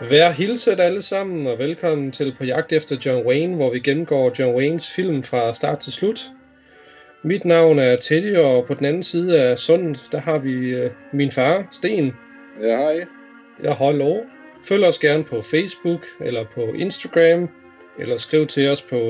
Vær hilset alle sammen, og velkommen til På jagt efter John Wayne, hvor vi gennemgår John Waynes film fra start til slut. Mit navn er Teddy, og på den anden side af sundet, der har vi min far, Sten. Ja, hej. Ja, hallo. Følg os gerne på Facebook eller på Instagram, eller skriv til os på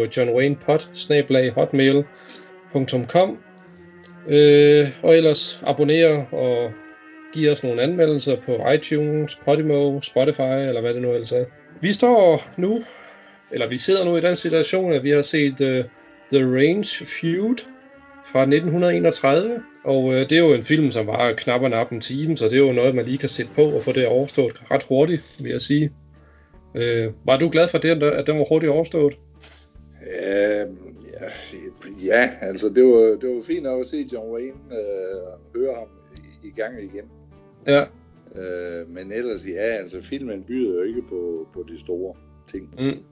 johnwaynepod@hotmail.com. Og ellers abonner og giv os nogle anmeldelser på iTunes, Podimo, Spotify, eller hvad det nu ellers er. Vi sidder nu i den situation, at vi har set The Range Feud fra 1931, og det er jo en film, som var knap og nap en time, så det er jo noget, man lige kan sætte på og få det overstået ret hurtigt, vil jeg sige. Var du glad for det, at den var hurtigt overstået? Ja, altså det var fint at se John Wayne og høre ham i gang igen. Ja. Men ellers ja, altså filmen byder jo ikke på de store ting.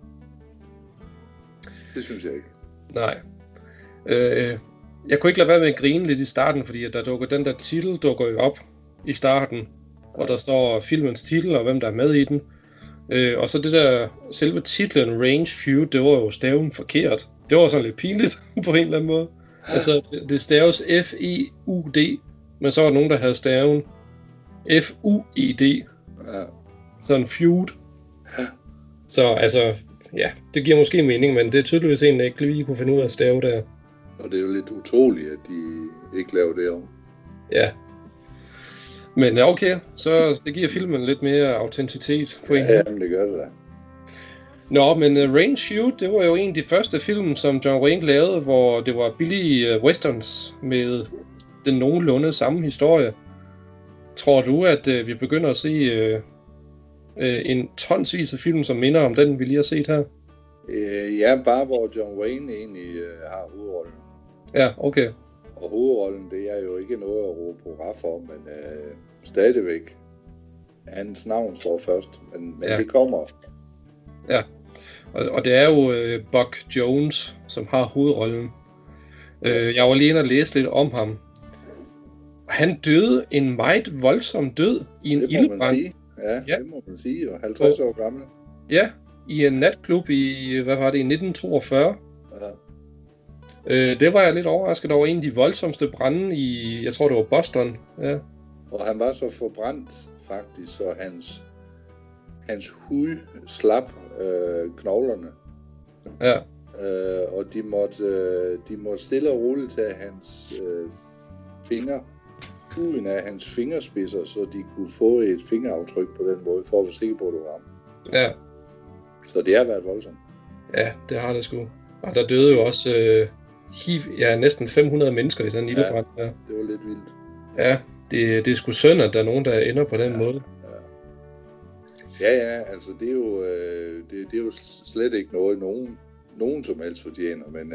Det synes jeg ikke. Nej. Jeg kunne ikke lade være med at grine lidt i starten, fordi at den der titel dukker jo op i starten, hvor der står filmens titel og hvem der er med i den. Og så det der selve titlen Range Feud, det var jo staven forkert. Det var sådan lidt pinligt på en eller anden måde. Altså det staves F-E-U-D, men så var der nogen, der havde staven F-U-E-D. Ja. Sådan feud. Så altså, ja, det giver måske mening, men det er tydeligvis en, der ikke lige kunne finde ud af at stave der. Og det er jo lidt utroligt, at de ikke laver det om. Ja. Men okay, så det giver filmen lidt mere autenticitet på en måde. Ja, det gør det da. Nå, men Range Feud, det var jo en af de første film, som John Wayne lavede, hvor det var billige westerns med den nogenlunde samme historie. Tror du, at vi begynder at se en tonsvis af film, som minder om den, vi lige har set her? Ja, bare hvor John Wayne egentlig har hovedrollen. Ja, okay. Og hovedrollen, det er jo ikke noget at råbe hurra for, men stadigvæk. Hans navn står først, men ja. Det kommer. Ja, og det er jo Buck Jones, som har hovedrollen. Jeg var lige inde og læse lidt om ham. Han døde en meget voldsom død i en ildebrand. Ja, det må man sige, og 50 år gammel. Ja, i en natklub i, 1942. Ja. Det var jeg lidt overrasket over. En af de voldsomste brande i, jeg tror det var Boston. Ja. Og han var så forbrændt faktisk, så hans hud slap knoglerne. Ja. Og de måtte stille og roligt tage hans huden af hans fingerspidser, så de kunne få et fingeraftryk på den måde, for at være sikker på, at det var ham. Ja. Så det har været voldsomt. Ja, det har det sgu. Og der døde jo også næsten 500 mennesker i den ildebrand. Ja, det var lidt vildt. Ja, det er sgu synd, at der er nogen, der ender på den måde. Ja, altså det er jo, det er jo slet ikke noget, nogen som helst fortjener, men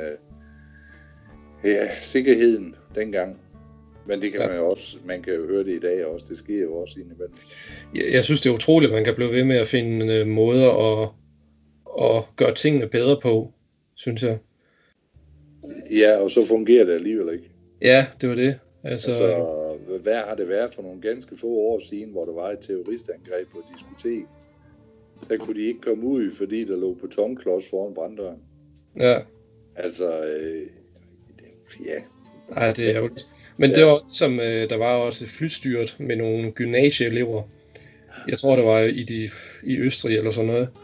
sikkerheden dengang. Men det kan man jo også, man kan jo høre det i dag også, det sker jo også indimellem. Jeg synes, det er utroligt, at man kan blive ved med at finde måder at gøre tingene bedre på, synes jeg. Ja, og så fungerer det alligevel ikke. Ja, det var det. Altså, hvad har det været for nogle ganske få år siden, hvor der var et terroristangreb på et diskotek? Der kunne de ikke komme ud, fordi der lå betonklods foran branddøren. Ja. Altså, ja. Nej, det er jo. Men det var som, der var også et flystyrt med nogle gymnasieelever. Jeg tror, det var i Østrig eller sådan noget.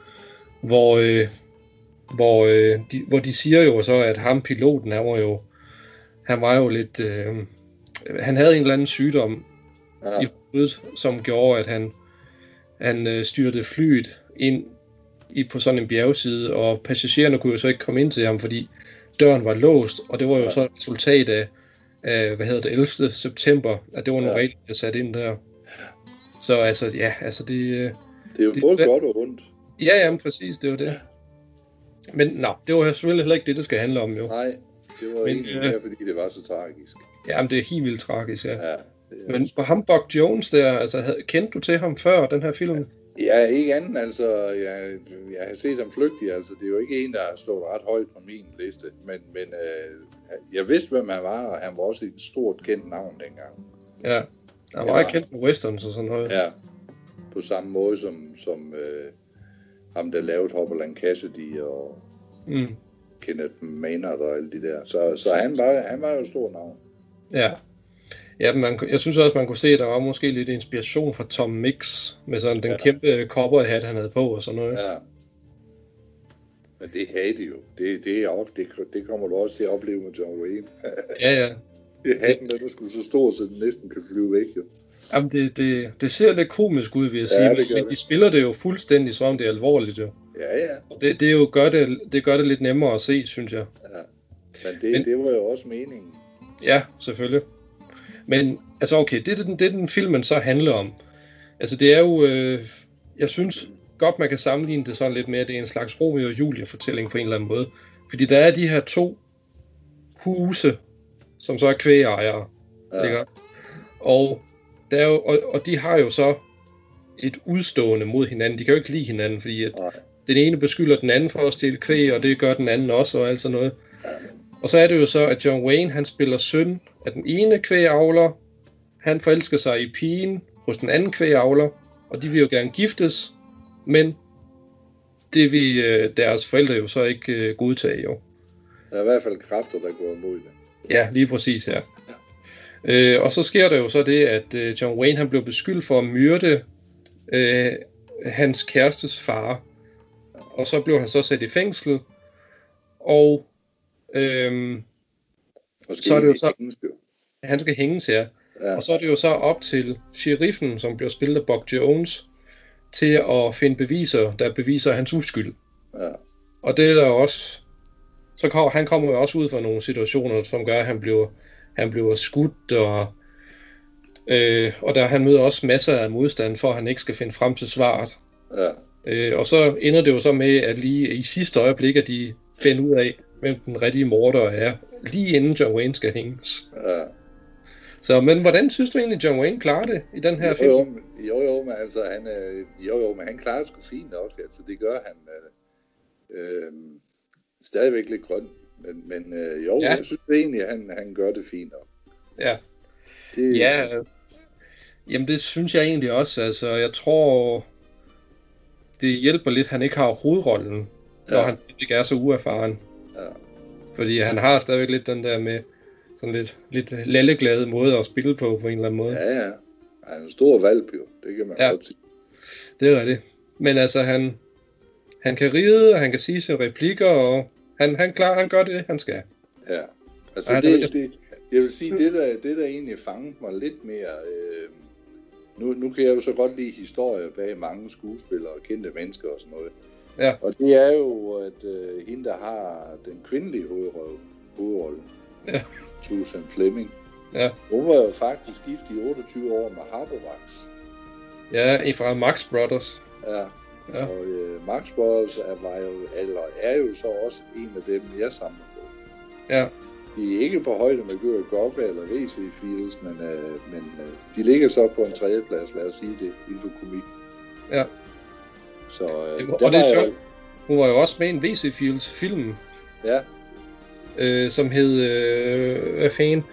Hvor de siger jo så, at ham piloten, han var jo lidt, han havde en eller anden sygdom i hovedet, som gjorde, at han styrtede flyet ind på sådan en bjergside, og passagererne kunne jo så ikke komme ind til ham, fordi døren var låst, og det var jo så et resultat af 11. september, at det var nogle regler, der sat ind der. Så altså, ja, altså det er jo både godt og ondt. Ja, jamen præcis, det var det. Men det var selvfølgelig heller ikke det skal handle om, jo. Nej, det var egentlig mere, fordi det var så tragisk. Jamen, det er helt vildt tragisk, ja. Men på ham, Buck Jones der, altså, kendte du til ham før den her film? Ja, ikke andet, altså, jeg har set ham flygtig, altså, det er jo ikke en, der har stået ret højt på min liste, men jeg vidste, hvem han var, og han var også et stort kendt navn dengang. Ja, han var ikke kendt for westerns og sådan noget. Ja, på samme måde som ham, der lavede Hopperland Cassidy og Kenneth Maynard og alle de der. Så han var jo et stort navn. Ja. Ja, jeg synes også, man kunne se, at der var måske lidt inspiration fra Tom Mix, med sådan den kæmpe cowboyhat, han havde på og sådan noget. Ja. Men det havde de jo. Det kommer du også til at opleve med John Wayne. Ja. Hatten, der skulle så stor, så den næsten kan flyve væk, jo. Jamen, det ser lidt komisk ud, vil jeg sige, men de spiller det jo fuldstændig, som om det er alvorligt, jo. Ja. Og det jo gør det lidt nemmere at se, synes jeg. Ja. Men det var jo også meningen. Ja, selvfølgelig. Men, altså okay, det den filmen så handler om. Altså det er jo, jeg synes godt, man kan sammenligne det sådan lidt med, at det er en slags Romeo og Julie-fortælling på en eller anden måde. Fordi der er de her 2 huse, som så er kvægejere. Ja. Og de har jo så et udstående mod hinanden. De kan jo ikke lide hinanden, fordi at den ene beskylder den anden for at stjæle kvæg, og det gør den anden også, og alt sådan noget. Og så er det jo så, at John Wayne, han spiller søn af den ene kvægavler. Han forelsker sig i pigen hos den anden kvægavler, og de vil jo gerne giftes, men det vil deres forældre jo så ikke godtage, jo. Der er i hvert fald kræfter, der går imod det. Ja, lige præcis, ja. Og så sker der jo så det, at John Wayne, han blev beskyldt for at myrde hans kærestes far. Og så blev han så sat i fængsel, og så er det jo så, han skal hænges her. Ja. Og så er det jo så op til sheriffen, som bliver spillet af Buck Jones, til at finde beviser, der beviser hans uskyld. Ja. Og det er der også, så han kommer jo også ud fra nogle situationer, som gør, at han bliver skudt, og der han møder også masser af modstand, for at han ikke skal finde frem til svaret. Ja. Og så ender det jo så med, at lige i sidste øjeblik, at de finder ud af, hvem den rigtige morder er, lige inden John Wayne skal hænges. Ja. Så, men hvordan synes du egentlig, John Wayne klarer det i den her film? Jo, men altså, han klarer det sgu fint nok. Altså, det gør han stadigvæk lidt grøn. Men jeg synes egentlig, han gør det fint nok. Ja. Jamen, det synes jeg egentlig også. Altså, jeg tror, det hjælper lidt, at han ikke har hovedrollen, når han ikke er så uerfaren. Ja. Fordi han har stadigvæk lidt den der med sådan lidt lalleglade måde at spille på en eller anden måde. Ja. Han er en stor valp, jo. Det kan man godt sige. Det er rigtigt. Men altså, han kan ride, og han kan sige sine replikker, og han gør det, han skal. Ja. Altså, jeg vil sige, det der egentlig fangede mig lidt mere. Nu kan jeg jo så godt lide historier bag mange skuespillere og kendte mennesker og sådan noget. Ja. Og det er jo, at hende, der har den kvindelige hovedrolle, Susan Fleming, hun var jo faktisk gift i 28 år med Harpo Marx. Ja, fra Marx Brothers. Ja. Og Marx Brothers er jo så også en af dem, jeg samler på. Ja. De er ikke på højde med Gøger Gobbe eller V.C. Fields, men de ligger så på en 3. plads, lad os sige det, inden for komik. Ja. Så, og det er sjovt. Hun var jo også med i en V.C. Fields film. Ja. Som hed, hvad fanden?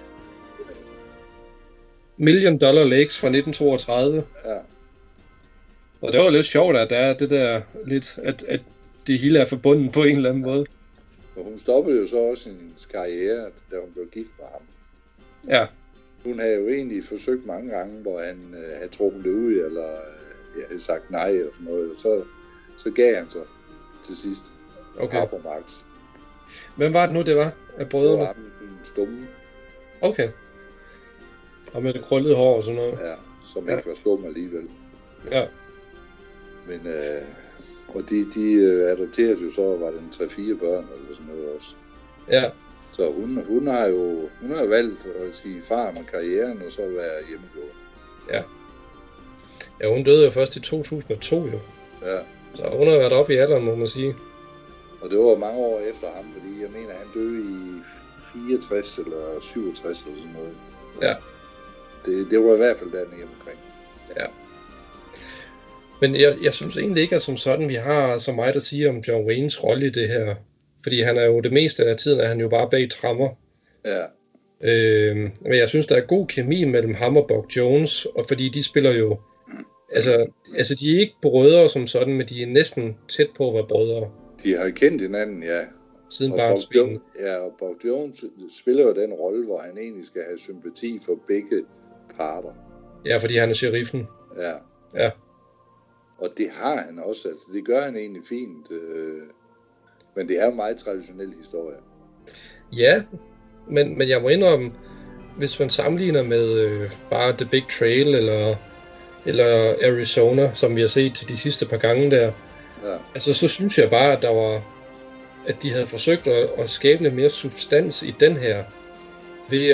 $1 Million Lakes fra 1932. Ja. Og det var lidt sjovt, at der er det der lidt, at det hele er forbundet på en eller anden måde. Og hun stoppede jo så også hendes karriere, da hun blev gift med ham. Ja. Hun havde jo egentlig forsøgt mange gange, hvor han havde trukket det ud, eller havde sagt nej og sådan noget. Og så gav han sig til sidst. Okay. Harpo Marx. Hvem var det nu, det var af brødrene? Det var ham, den stumme. Okay. Og med det krøllede hår og sådan noget. Ja, som ikke var stum alligevel. Ja. Men, og de adopterede jo så, var den 3-4 børn eller sådan noget også. Ja. Så hun har jo valgt at sige far med karrieren, og så være hjemmegående. Ja. Ja, hun døde jo først i 2002 jo. Ja. Så hun har været oppe i alderen, må man sige. Og det var mange år efter ham, fordi jeg mener, han døde i 64 eller 67 eller sådan noget. Ja. Det var i hvert fald dernede omkring. Ja. Men jeg synes egentlig ikke, at som sådan, vi har så meget at sige om John Waynes rolle i det her. Fordi han er jo det meste af tiden, at han jo bare bag tremmer. Ja. Men jeg synes, der er god kemi mellem ham og Buck Jones, og fordi de spiller jo Altså, de er ikke brødre som sådan, men de er næsten tæt på at være brødre. De har kendt hinanden, ja. Siden barnsben. Ja, og Bob Jones spiller jo den rolle, hvor han egentlig skal have sympati for begge parter. Ja, fordi han er sheriffen. Ja. Og det har han også, altså det gør han egentlig fint. Men det er en meget traditionel historie. Ja, men jeg må indrømme, hvis man sammenligner med bare The Big Trail eller Arizona, som vi har set de sidste par gange der, altså så synes jeg bare, at de havde forsøgt at skabe lidt mere substans i den her, ved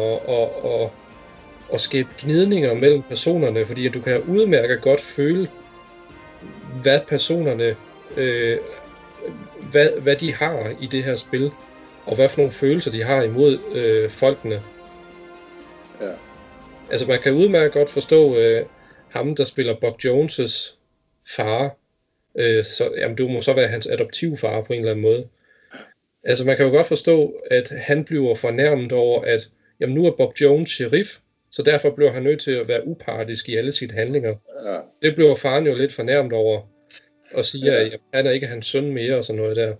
at skabe gnidninger mellem personerne, fordi at du kan udmærket godt føle, hvad personerne, hvad de har i det her spil, og hvad for nogle følelser de har imod folkene. Ja. Altså man kan udmærket godt forstå ham, der spiller Buck Jones' far. Jamen det må så være hans adoptivfar på en eller anden måde. Altså man kan jo godt forstå, at han bliver fornærmet over, at jamen nu er Buck Jones sheriff, så derfor bliver han nødt til at være upartisk i alle sine handlinger. Ja. Det bliver faren jo lidt fornærmet over, og siger, at han er ikke hans søn mere, og sådan noget der.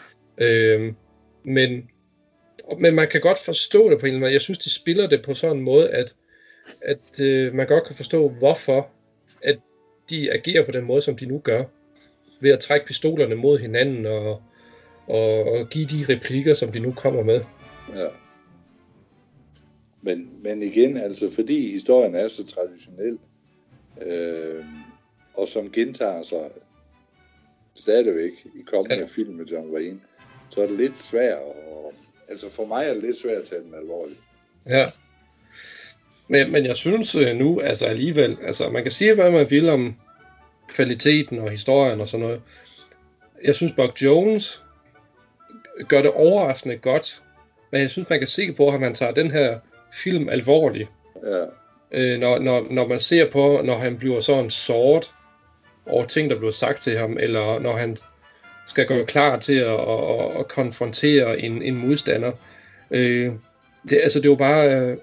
Men man kan godt forstå det på en eller anden måde. Jeg synes, de spiller det på sådan en måde, at man godt kan forstå, hvorfor at de agerer på den måde, som de nu gør. Ved at trække pistolerne mod hinanden og give de replikker, som de nu kommer med. Ja. Men igen, altså fordi historien er så traditionel, og som gentager sig stadigvæk i kommende film med John Wayne, så er det lidt svært, altså for mig er det lidt svært at tage den alvorligt. Ja. Men jeg synes nu, altså alligevel, altså man kan sige, hvad man vil om kvaliteten og historien og sådan noget. Jeg synes, Buck Jones gør det overraskende godt, men jeg synes, man kan se på, at man tager den her film alvorligt. Ja. Når man ser på, når han bliver sådan såret over ting, der bliver sagt til ham, eller når han skal gøre klar til at konfrontere en modstander. Det er jo bare...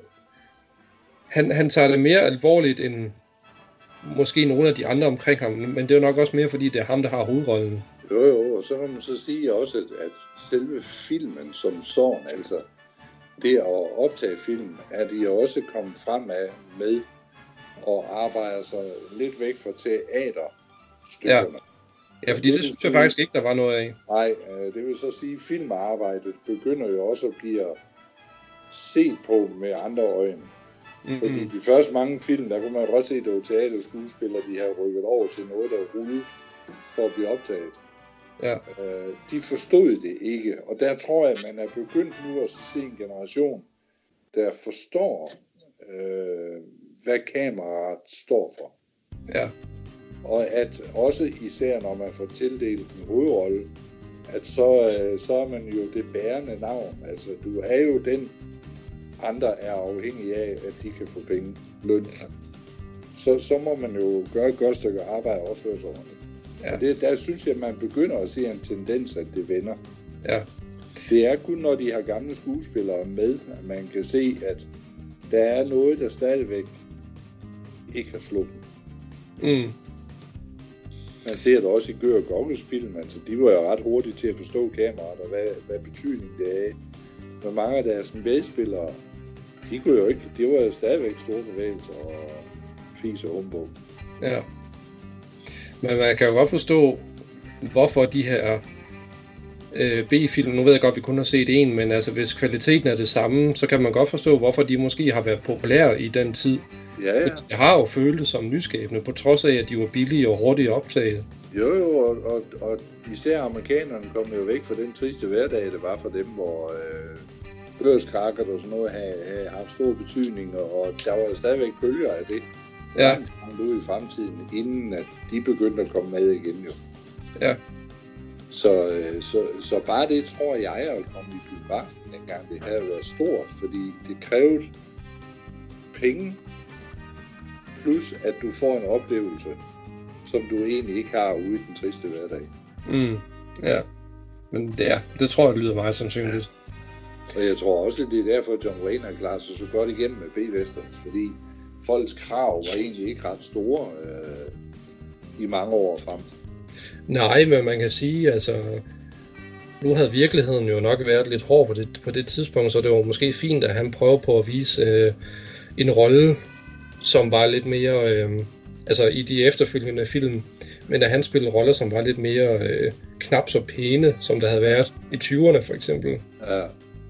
Han tager det mere alvorligt end måske nogle af de andre omkring ham, men det er jo nok også mere, fordi det er ham, der har hovedrollen. Jo, og så kan man så sige også, at selve filmen som sådan, altså det at optage film, er de også kommet frem med og arbejder sig lidt væk fra teaterstykkerne. Ja, fordi det synes jeg faktisk ikke, der var noget af. Nej, det vil så sige, at filmarbejdet begynder jo også at blive set på med andre øjne. Mm-hmm. Fordi de første mange film, der kunne man godt se, at det var teaterskuespillere, de har rykket over til noget, der rullede for at blive optaget. Ja. De forstod det ikke, og der tror jeg, at man er begyndt nu at se en generation, der forstår, hvad kameraet står for. Ja. Og at også især, når man får tildelt en hovedrolle, at så er man jo det bærende navn. Altså, du er jo den, andre er afhængige af, at de kan få penge, løn. Så må man jo gøre et godt stykke arbejde og opføre sig ordentligt. Ja. Og der synes jeg, at man begynder at se en tendens, at det vender. Ja. Det er kun, når de har gamle skuespillere med, at man kan se, at der er noget, der stadigvæk ikke har sluppet. Mm. Man ser det også i Gør og Goggles film, altså de var jo ret hurtige til at forstå kameraet, og hvad betydning det er. Men mange af deres medspillere, de kunne jo ikke, det var jo stadigvæk store bevægelser og fis og humbug. Ja. Men man kan jo godt forstå, hvorfor de her B-film, nu ved jeg godt, at vi kun har set en, men altså hvis kvaliteten er det samme, så kan man godt forstå, hvorfor de måske har været populære i den tid. Ja. Jeg har jo følt det som nyskabende, på trods af, at de var billige og hurtigt optaget. Jo, og især amerikanerne kom jo væk fra den triste hverdag, det var for dem, hvor børskrakket og sådan noget havde haft stor betydning, og der var jo stadigvæk bølger af det. Ja. Ud i fremtiden, inden at de begyndte at komme med igen jo. Ja. Så bare det, tror jeg, at komme i biografen dengang, det havde været stort, fordi det krævede penge, plus at du får en oplevelse, som du egentlig ikke har ude i den triste hverdag. Mm. Ja, men det tror jeg lyder meget sandsynligt. Og jeg tror også, at det er derfor, at John Wayne har klaret sig så godt igennem med B-westerns, fordi folks krav var egentlig ikke ret store i mange år frem. Nej, men man kan sige, altså, nu havde virkeligheden jo nok været lidt hård på det tidspunkt, så det var måske fint, at han prøver på at vise en rolle, som var lidt mere, altså i de efterfølgende film, men at han spillede roller, som var lidt mere knap så pæne, som der havde været i 20'erne for eksempel. Ja.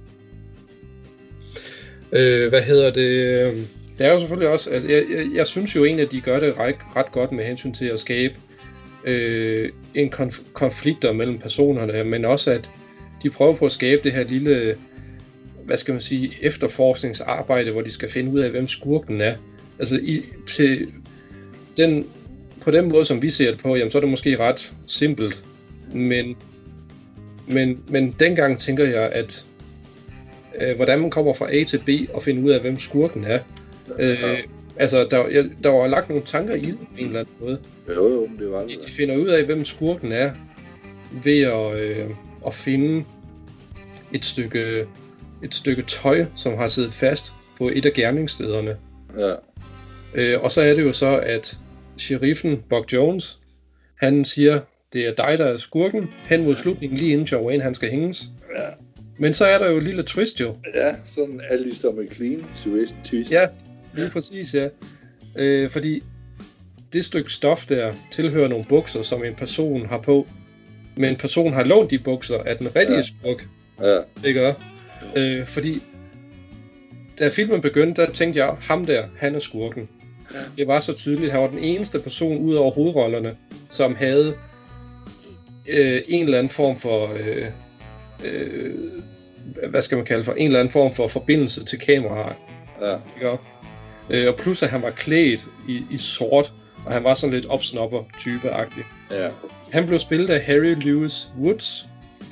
Det er jo selvfølgelig også, altså, jeg synes jo egentlig, at de gør det ret godt med hensyn til at skabe en konflikter mellem personerne, men også at de prøver på at skabe det her lille, hvad skal man sige, efterforskningsarbejde, hvor de skal finde ud af, hvem skurken er. Altså på den måde, som vi ser det på, jamen, så er det måske ret simpelt, men dengang tænker jeg, at hvordan man kommer fra A til B og finder ud af, hvem skurken er. Altså, der var lagt nogle tanker i det på en eller anden måde. Jo, det var det. De finder ud af, hvem skurken er, ved at finde et stykke tøj, som har siddet fast på et af gerningsstederne. Ja. Og så er det jo så, at sheriffen Buck Jones, han siger, det er dig, der er skurken, hen mod slutningen, lige inden John Wayne, han skal hænges. Ja. Men så er der jo et lille twist jo. Ja, sådan Alistair McLean twist. Ja, lige præcis, ja. Fordi det stykke stof der tilhører nogle bukser, som en person har på. Men en person har lånt de bukser af den rigtige skurk. Ja. Ikke? Fordi da filmen begyndte, der tænkte jeg, ham der, han er skurken. Ja. Det var så tydeligt. Han var den eneste person ud over hovedrollerne, som havde en eller anden form for hvad skal man kalde for, en eller anden form for forbindelse til kameraet. Ja. Ikke? Og plus at han var klædt i sort, og han var sådan lidt opsnopper-type-agtig. Ja. Han blev spillet af Harry Lewis Woods,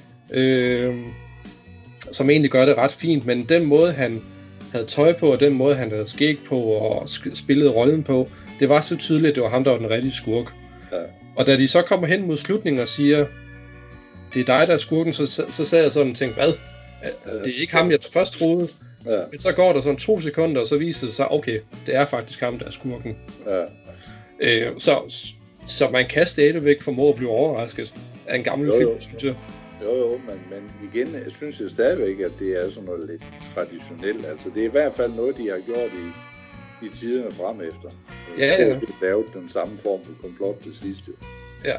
som egentlig gør det ret fint, men den måde han havde tøj på, og den måde han havde skæg på, og spillede rollen på, det var så tydeligt, at det var ham, der var den rigtige skurk. Ja. Og da de så kommer hen mod slutningen og siger, det er dig, der er skurken, så sad jeg sådan og tænkte, hvad? Det er ikke ham, jeg først troede. Ja. Men så går der sådan 2 sekunder, og så viser det sig, okay, det er faktisk ham, der er skurken. Ja. Så man kan stadigvæk formå at blive overrasket af en gammel film, synes jeg. Jo, men igen, jeg synes jeg stadigvæk, at det er sådan noget lidt traditionelt. Altså, det er i hvert fald noget, de har gjort i tiderne frem efter. Ja. De har lavet den samme form for komplot til sidst, jo. Ja.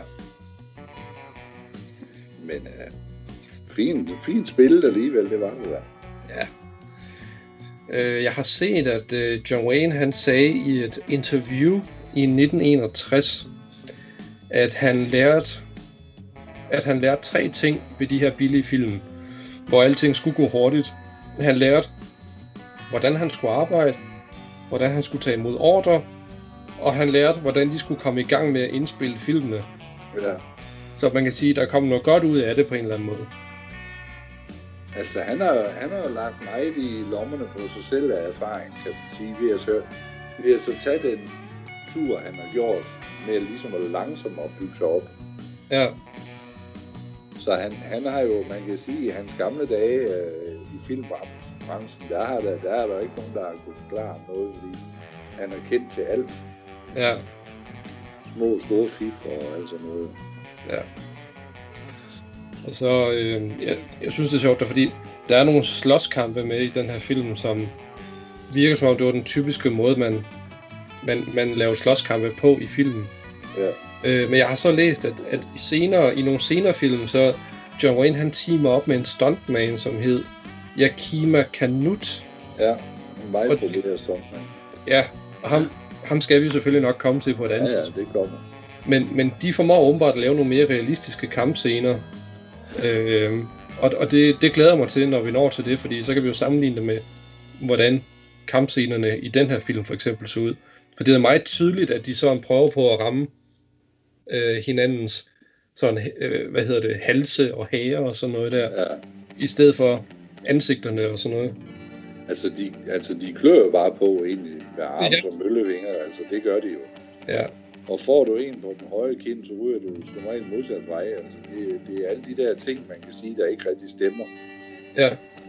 Men fint spillet alligevel, det var det der. Ja. Jeg har set, at John Wayne, han sagde i et interview i 1961, at han lærte 3 ting ved de her billige film, hvor alting skulle gå hurtigt. Han lærte, hvordan han skulle arbejde, hvordan han skulle tage imod ordre, og han lærte, hvordan de skulle komme i gang med at indspille filmene. Ja. Så man kan sige, at der kom noget godt ud af det på en eller anden måde. Altså, han har lagt meget i lommerne på sig selv af erfaring, kan man sige, ved at så tage den tur, han har gjort, med ligesom at langsomt at bygge sig op. Ja. Så han har jo, man kan sige, i hans gamle dage i filmbranchen, der er der ikke nogen, der har kunnet forklare noget, fordi han er kendt til alt. Ja. Små, store fif og alt sådan noget. Ja. Og så, jeg synes det er sjovt, fordi der er nogle slåskampe med i den her film, som virker som om det var den typiske måde, man laver slåskampe på i filmen. Ja. Men jeg har så læst, at i nogle senere film, så John Wayne, han teamer op med en stuntman, som hed Yakima Kanut. Ja, en meget populær stuntman. Ja, og ham skal vi selvfølgelig nok komme til på et andet tidspunkt. Ja, det kommer. Men de formår åbenbart at lave nogle mere realistiske kampscener. Og det glæder mig til, når vi når til det, fordi så kan vi jo sammenligne det med, hvordan kampscenerne i den her film for eksempel så ud. For det er meget tydeligt, at de sådan prøver på at ramme hinandens sådan, halse og hager og sådan noget der, ja. I stedet for ansigterne og sådan noget. Altså de klør bare på egentlig med arme som møllevinger, altså det gør de jo. Ja. Og får du en på den høje kind, så ryger du som regel modsat vej. Altså det er alle de der ting, man kan sige, der ikke rigtig stemmer. Ja.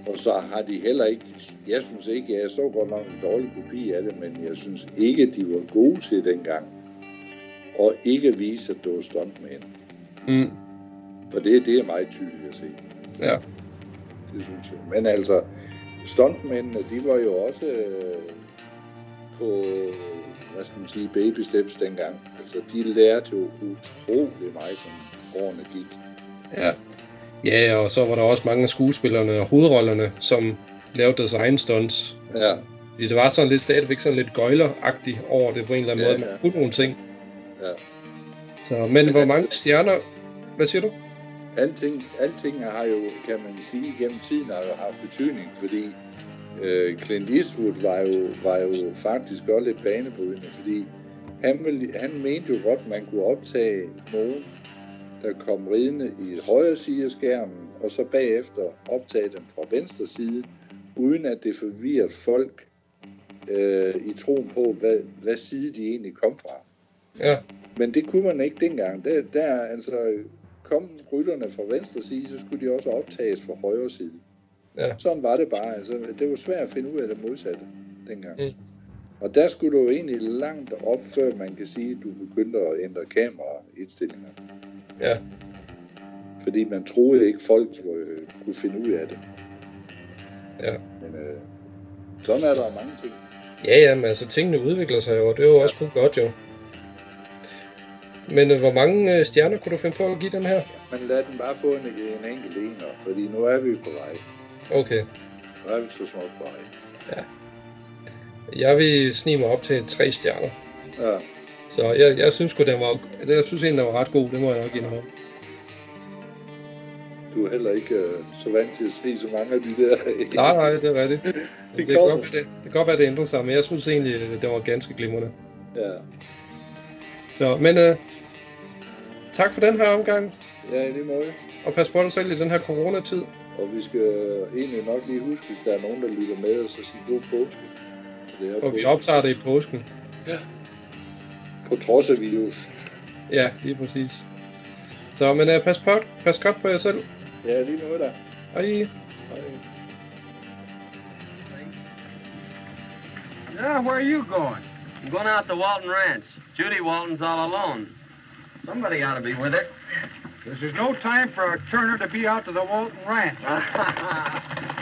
Og så har de heller ikke, jeg synes ikke, jeg så godt nok en dårlig kopi af det, men jeg synes ikke, de var gode til dengang. Og ikke vise, at det var stuntmænd. Mm. For det er meget tydeligt at se. Ja. Det synes jeg. Men altså, stuntmændene, de var jo også på, hvad skal man sige, baby steps dengang. Altså, de lærte jo utrolig meget, som årene gik. Ja. Ja, og så var der også mange af skuespillerne og hovedrollerne, som lavede deres egen stunts. Ja. Fordi det var sådan lidt stadigvæk sådan lidt gøjleragtigt over det på en eller anden måde. Man kunne nogle ting. Ja. Så, men hvor mange stjerner... Hvad siger du? Alting har jo, kan man sige, gennem tiden har jo haft betydning, fordi Clint Eastwood var jo faktisk også lidt banebrydende, fordi han mente jo godt, man kunne optage nogen, der kom ridende i højre side af skærmen, og så bagefter optage dem fra venstre side, uden at det forvirrede folk i troen på, hvad side de egentlig kom fra. Ja. Men det kunne man ikke dengang. Der altså kom rytterne fra venstre side, så skulle de også optages fra højre side. Ja. Sådan var det bare. Altså, det var svært at finde ud af det modsatte dengang. Mm. Og der skulle du jo egentlig langt op, før man kan sige, at du begyndte at ændre kameraindstillinger. Ja. Fordi man troede ikke, folk kunne finde ud af det. Ja. Men sådan er der mange ting. Ja, men altså tingene udvikler sig jo, og det er jo også kun godt jo. Men hvor mange stjerner kunne du finde på at give den her? Men lad den bare få en enkelt ener, fordi nu er vi på vej. Okay. Nu er vi så småt på vej. Ja. Jeg vil snige mig op til 3 stjerner. Ja. Så jeg synes sgu, jeg synes egentlig, den var ret god. Det må jeg nok give noget. Du er heller ikke så vant til at se så mange af de der... Nej, det er rigtigt. det kan godt være, det ændrer sig, men jeg synes egentlig, det var ganske glimrende. Ja. Så, men tak for den her omgang. Ja, det må jeg. Og pas på dig selv i den her coronatid. Og vi skal egentlig nok lige huske, hvis der er nogen, der lytter med, og så sige god påske. For vi optager det i påsken. Ja. På trods af virus. Ja, lige præcis. Så, men pas godt på jer selv. Ja, lige noget der. Hej. Hej. Yeah, where are you going? I'm going out to Walton Ranch. Judy Walton's all alone. Somebody ought to be with her. This is no time for a Turner to be out to the Walton Ranch.